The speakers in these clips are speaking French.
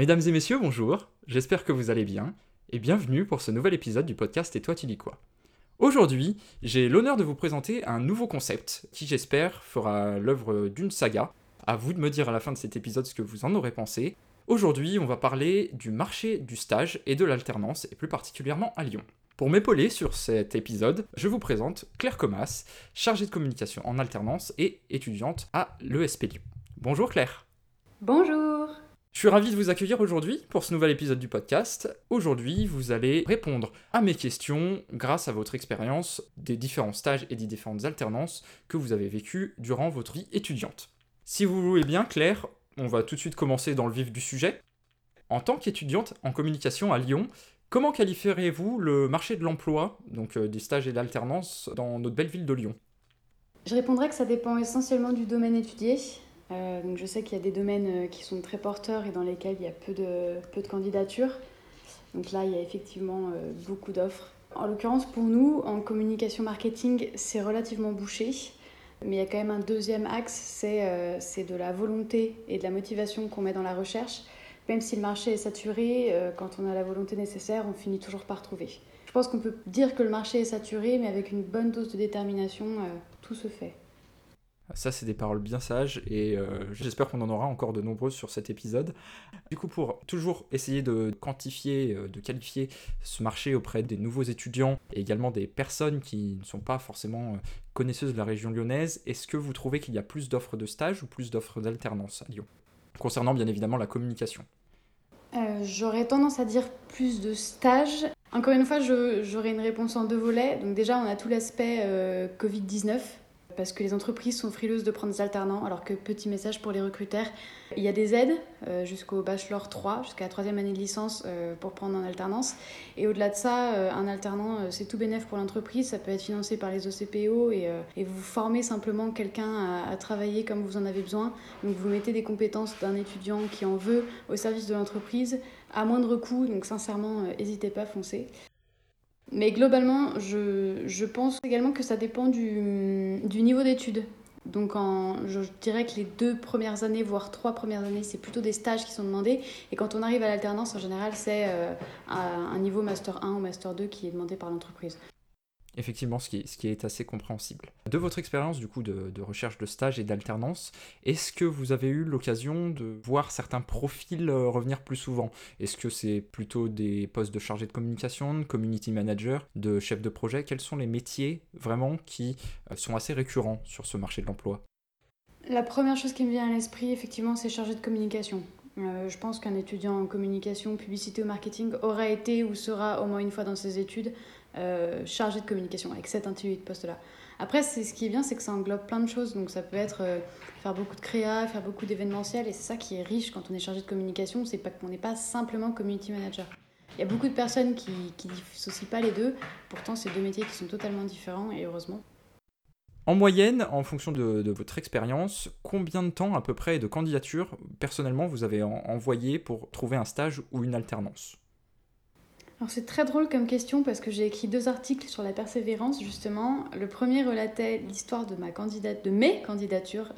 Mesdames et messieurs, bonjour, j'espère que vous allez bien, et bienvenue pour ce nouvel épisode du podcast Et toi tu dis quoi ? Aujourd'hui, j'ai l'honneur de vous présenter un nouveau concept qui, j'espère, fera l'œuvre d'une saga. À vous de me dire à la fin de cet épisode ce que vous en aurez pensé. Aujourd'hui, on va parler du marché du stage et de l'alternance, et plus particulièrement à Lyon. Pour m'épauler sur cet épisode, je vous présente Claire Comas, chargée de communication en alternance et étudiante à l'ESP Lyon. Bonjour Claire. Bonjour. Je suis ravi de vous accueillir aujourd'hui pour ce nouvel épisode du podcast. Aujourd'hui, vous allez répondre à mes questions grâce à votre expérience des différents stages et des différentes alternances que vous avez vécues durant votre vie étudiante. Si vous voulez bien, Claire, on va tout de suite commencer dans le vif du sujet. En tant qu'étudiante en communication à Lyon, comment qualifieriez-vous le marché de l'emploi, donc des stages et d'alternance, dans notre belle ville de Lyon ? Je répondrai que ça dépend essentiellement du domaine étudié. Donc je sais qu'il y a des domaines qui sont très porteurs et dans lesquels il y a peu de candidatures. Donc là, il y a effectivement beaucoup d'offres. En l'occurrence, pour nous, en communication marketing, c'est relativement bouché. Mais il y a quand même un deuxième axe, c'est de la volonté et de la motivation qu'on met dans la recherche. Même si le marché est saturé, quand on a la volonté nécessaire, on finit toujours par trouver. Je pense qu'on peut dire que le marché est saturé, mais avec une bonne dose de détermination, tout se fait. Ça, c'est des paroles bien sages et j'espère qu'on en aura encore de nombreuses sur cet épisode. Du coup, pour toujours essayer de quantifier, de qualifier ce marché auprès des nouveaux étudiants et également des personnes qui ne sont pas forcément connaisseuses de la région lyonnaise, est-ce que vous trouvez qu'il y a plus d'offres de stage ou plus d'offres d'alternance à Lyon ? Concernant bien évidemment la communication. J'aurais tendance à dire plus de stages. Encore une fois, j'aurais une réponse en deux volets. Donc déjà, on a tout l'aspect Covid-19, parce que les entreprises sont frileuses de prendre des alternants, alors que, petit message pour les recruteurs, il y a des aides jusqu'au bachelor 3, jusqu'à la troisième année de licence pour prendre en alternance. Et au-delà de ça, un alternant, c'est tout bénef pour l'entreprise, ça peut être financé par les OCPO et vous formez simplement quelqu'un à travailler comme vous en avez besoin. Donc vous mettez des compétences d'un étudiant qui en veut au service de l'entreprise à moindre coût, donc sincèrement, n'hésitez pas, foncez. Mais globalement, je pense également que ça dépend du niveau d'études. Donc je dirais que les 2 premières années, voire 3 premières années, c'est plutôt des stages qui sont demandés. Et quand on arrive à l'alternance, en général, c'est un niveau Master 1 ou Master 2 qui est demandé par l'entreprise. Effectivement, ce qui est assez compréhensible. De votre expérience du coup de recherche de stage et d'alternance, est-ce que vous avez eu l'occasion de voir certains profils revenir plus souvent ? Est-ce que c'est plutôt des postes de chargé de communication, de community manager, de chef de projet ? Quels sont les métiers vraiment qui sont assez récurrents sur ce marché de l'emploi ? La première chose qui me vient à l'esprit, effectivement, c'est chargé de communication. Je pense qu'un étudiant en communication, publicité ou marketing aura été ou sera au moins une fois dans ses études chargé de communication avec cet intitulé de poste-là. Après, ce qui est bien, c'est que ça englobe plein de choses. Donc ça peut être faire beaucoup de créa, faire beaucoup d'événementiel. Et c'est ça qui est riche quand on est chargé de communication, c'est pas qu'on n'est pas simplement community manager. Il y a beaucoup de personnes qui dissocient pas les deux. Pourtant, c'est 2 métiers qui sont totalement différents et heureusement. En moyenne, en fonction de votre expérience, combien de temps à peu près de candidatures, personnellement, vous avez envoyé pour trouver un stage ou une alternance ? Alors c'est très drôle comme question parce que j'ai écrit 2 articles sur la persévérance justement. Le premier relatait l'histoire de mes candidatures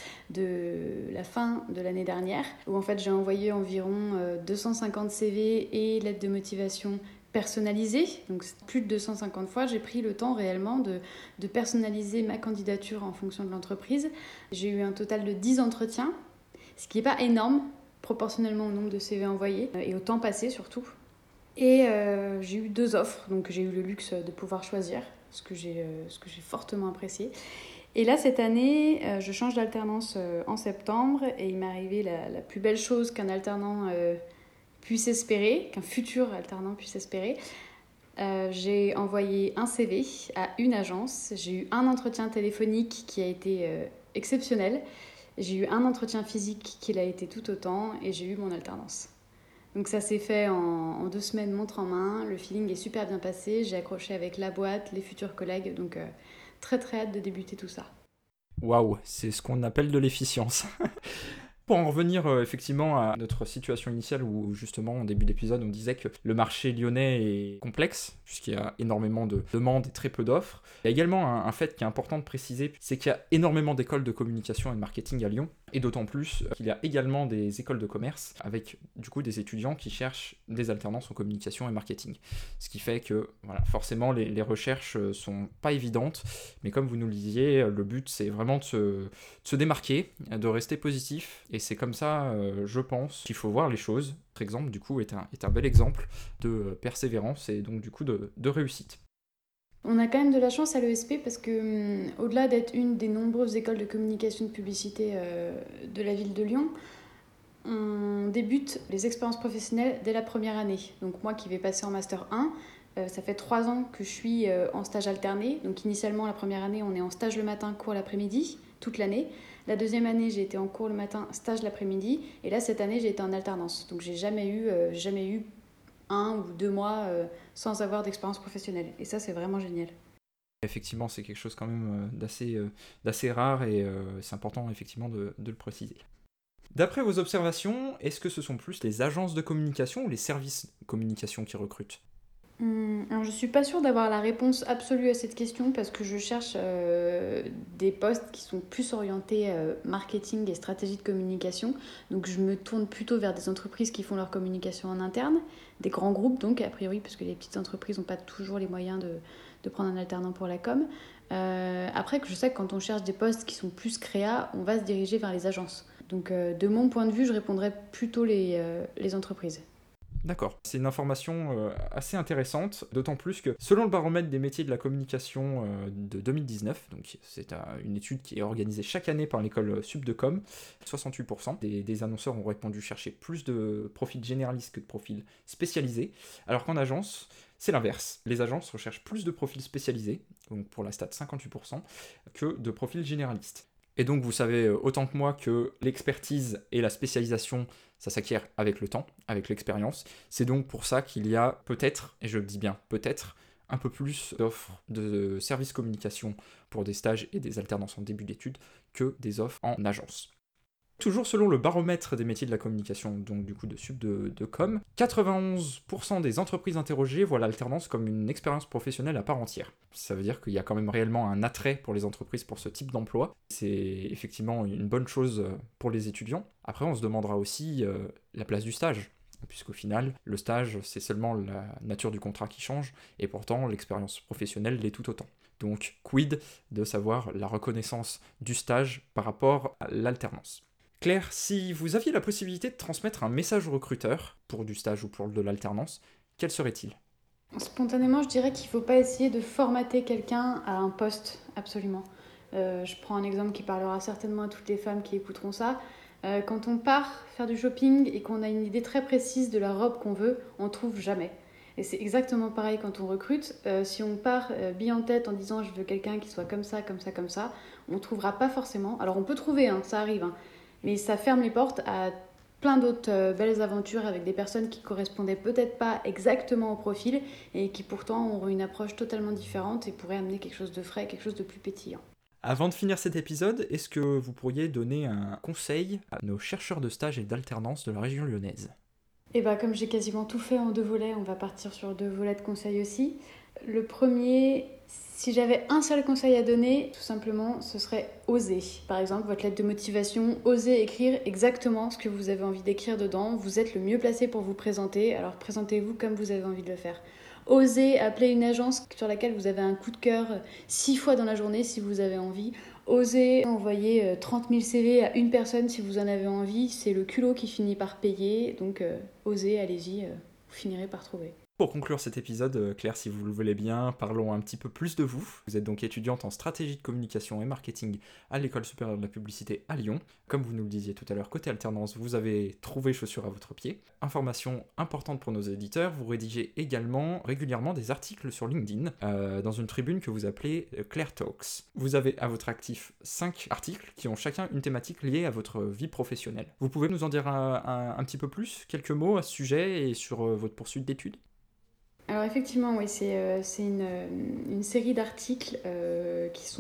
de la fin de l'année dernière où en fait j'ai envoyé environ 250 CV et lettres de motivation personnalisées. Donc plus de 250 fois, j'ai pris le temps réellement de personnaliser ma candidature en fonction de l'entreprise. J'ai eu un total de 10 entretiens, ce qui n'est pas énorme proportionnellement au nombre de CV envoyés et au temps passé surtout. Et j'ai eu 2 offres, donc j'ai eu le luxe de pouvoir choisir, ce que j'ai fortement apprécié. Et là, cette année, je change d'alternance en septembre et il m'est arrivé la plus belle chose qu'un alternant puisse espérer, qu'un futur alternant puisse espérer. J'ai envoyé un CV à une agence, j'ai eu un entretien téléphonique qui a été exceptionnel, j'ai eu un entretien physique qui l'a été tout autant et j'ai eu mon alternance. Donc ça s'est fait en 2 semaines montre en main, le feeling est super bien passé, j'ai accroché avec la boîte, les futurs collègues, donc très très hâte de débuter tout ça. Waouh, c'est ce qu'on appelle de l'efficience. Pour en revenir effectivement à notre situation initiale où justement en début d'épisode on disait que le marché lyonnais est complexe puisqu'il y a énormément de demandes et très peu d'offres. Il y a également un fait qui est important de préciser, c'est qu'il y a énormément d'écoles de communication et de marketing à Lyon et d'autant plus qu'il y a également des écoles de commerce avec du coup des étudiants qui cherchent des alternances en communication et marketing. Ce qui fait que voilà, forcément les recherches sont pas évidentes, mais comme vous nous le disiez, le but c'est vraiment de se démarquer, de rester positif, et c'est comme ça, je pense, qu'il faut voir les choses. Notre exemple, du coup, est un bel exemple de persévérance et donc, du coup, de réussite. On a quand même de la chance à l'ESP parce que, au-delà d'être une des nombreuses écoles de communication et de publicité de la ville de Lyon, on débute les expériences professionnelles dès la première année. Donc moi qui vais passer en Master 1, ça fait 3 ans que je suis en stage alterné. Donc initialement, la première année, on est en stage le matin, cours l'après-midi, toute l'année. La deuxième année, j'ai été en cours le matin, stage l'après-midi. Et là, cette année, j'ai été en alternance. Donc j'ai jamais eu 1 ou 2 mois sans avoir d'expérience professionnelle. Et ça, c'est vraiment génial. Effectivement, c'est quelque chose quand même d'assez rare et c'est important effectivement de le préciser. D'après vos observations, est-ce que ce sont plus les agences de communication ou les services de communication qui recrutent ? Alors, je ne suis pas sûre d'avoir la réponse absolue à cette question parce que je cherche des postes qui sont plus orientés marketing et stratégie de communication. Donc je me tourne plutôt vers des entreprises qui font leur communication en interne, des grands groupes donc a priori parce que les petites entreprises n'ont pas toujours les moyens de prendre un alternant pour la com. Après, je sais que quand on cherche des postes qui sont plus créa, on va se diriger vers les agences. Donc de mon point de vue, je répondrais plutôt les entreprises. D'accord. C'est une information assez intéressante, d'autant plus que selon le baromètre des métiers de la communication de 2019, donc c'est une étude qui est organisée chaque année par l'école Sup de Com, 68% des annonceurs ont répondu chercher plus de profils généralistes que de profils spécialisés, alors qu'en agence, c'est l'inverse. Les agences recherchent plus de profils spécialisés, donc pour la stat 58%, que de profils généralistes. Et donc vous savez autant que moi que l'expertise et la spécialisation, ça s'acquiert avec le temps, avec l'expérience. C'est donc pour ça qu'il y a peut-être, et je dis bien peut-être, un peu plus d'offres de services communication pour des stages et des alternances en début d'études que des offres en agence. Toujours selon le baromètre des métiers de la communication, donc du coup de Sup de Com, 91% des entreprises interrogées voient l'alternance comme une expérience professionnelle à part entière. Ça veut dire qu'il y a quand même réellement un attrait pour les entreprises pour ce type d'emploi. C'est effectivement une bonne chose pour les étudiants. Après, on se demandera aussi la place du stage, puisqu'au final, le stage, c'est seulement la nature du contrat qui change, et pourtant, l'expérience professionnelle l'est tout autant. Donc, quid de savoir la reconnaissance du stage par rapport à l'alternance. Claire, si vous aviez la possibilité de transmettre un message au recruteur, pour du stage ou pour de l'alternance, quel serait-il ? Spontanément, je dirais qu'il ne faut pas essayer de formater quelqu'un à un poste, absolument. Je prends un exemple qui parlera certainement à toutes les femmes qui écouteront ça. Quand on part faire du shopping et qu'on a une idée très précise de la robe qu'on veut, on ne trouve jamais. Et c'est exactement pareil quand on recrute. Si on part bille en tête en disant je veux quelqu'un qui soit comme ça, comme ça, comme ça, on ne trouvera pas forcément. Alors on peut trouver, hein, ça arrive, hein, mais ça ferme les portes à plein d'autres belles aventures avec des personnes qui correspondaient peut-être pas exactement au profil et qui pourtant auront une approche totalement différente et pourraient amener quelque chose de frais, quelque chose de plus pétillant. Avant de finir cet épisode, est-ce que vous pourriez donner un conseil à nos chercheurs de stage et d'alternance de la région lyonnaise ? Et bah comme j'ai quasiment tout fait en 2 volets, on va partir sur 2 volets de conseils aussi. Le premier, si j'avais un seul conseil à donner, tout simplement, ce serait oser. Par exemple, votre lettre de motivation, osez écrire exactement ce que vous avez envie d'écrire dedans. Vous êtes le mieux placé pour vous présenter, alors présentez-vous comme vous avez envie de le faire. Osez appeler une agence sur laquelle vous avez un coup de cœur 6 fois dans la journée si vous avez envie. Osez envoyer 30 000 CV à une personne si vous en avez envie. C'est le culot qui finit par payer, donc osez, allez-y, vous finirez par trouver. Pour conclure cet épisode, Claire, si vous le voulez bien, parlons un petit peu plus de vous. Vous êtes donc étudiante en stratégie de communication et marketing à l'École supérieure de la publicité à Lyon. Comme vous nous le disiez tout à l'heure, côté alternance, vous avez trouvé chaussure à votre pied. Information importante pour nos éditeurs, vous rédigez également régulièrement des articles sur LinkedIn, dans une tribune que vous appelez Claire Talks. Vous avez à votre actif 5 articles qui ont chacun une thématique liée à votre vie professionnelle. Vous pouvez nous en dire un petit peu plus, quelques mots à ce sujet et sur votre poursuite d'études ? Alors effectivement, oui, c'est une série d'articles qui sont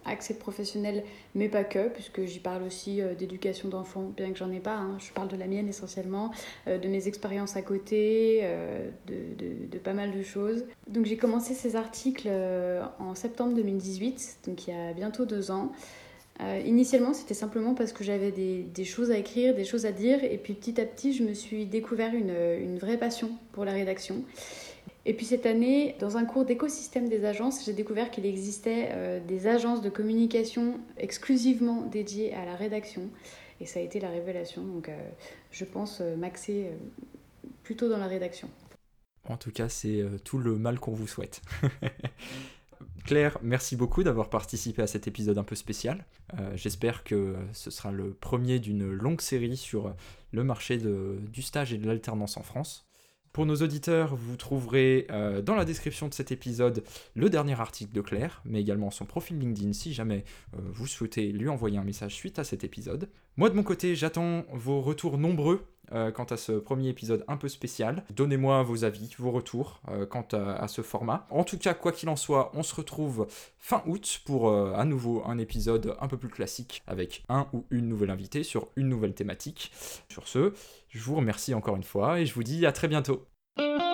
axée professionnelle, mais pas que, puisque j'y parle aussi d'éducation d'enfants, bien que j'en ai pas. Je parle de la mienne essentiellement, de mes expériences à côté, de pas mal de choses. Donc j'ai commencé ces articles en septembre 2018, donc il y a bientôt 2 ans. Initialement, c'était simplement parce que j'avais des choses à écrire, des choses à dire, et puis petit à petit, je me suis découvert une vraie passion pour la rédaction. Et puis cette année, dans un cours d'écosystème des agences, j'ai découvert qu'il existait des agences de communication exclusivement dédiées à la rédaction, et ça a été la révélation. Donc je pense m'axer plutôt dans la rédaction. En tout cas, c'est tout le mal qu'on vous souhaite. Claire, merci beaucoup d'avoir participé à cet épisode un peu spécial. J'espère que ce sera le premier d'une longue série sur le marché du stage et de l'alternance en France. Pour nos auditeurs, vous trouverez dans la description de cet épisode le dernier article de Claire, mais également son profil LinkedIn si jamais vous souhaitez lui envoyer un message suite à cet épisode. Moi de mon côté, j'attends vos retours nombreux quant à ce premier épisode un peu spécial. Donnez-moi vos avis, vos retours quant à ce format. En tout cas, quoi qu'il en soit, on se retrouve fin août pour à nouveau un épisode un peu plus classique avec un ou une nouvelle invitée sur une nouvelle thématique. Sur ce, je vous remercie encore une fois et je vous dis à très bientôt.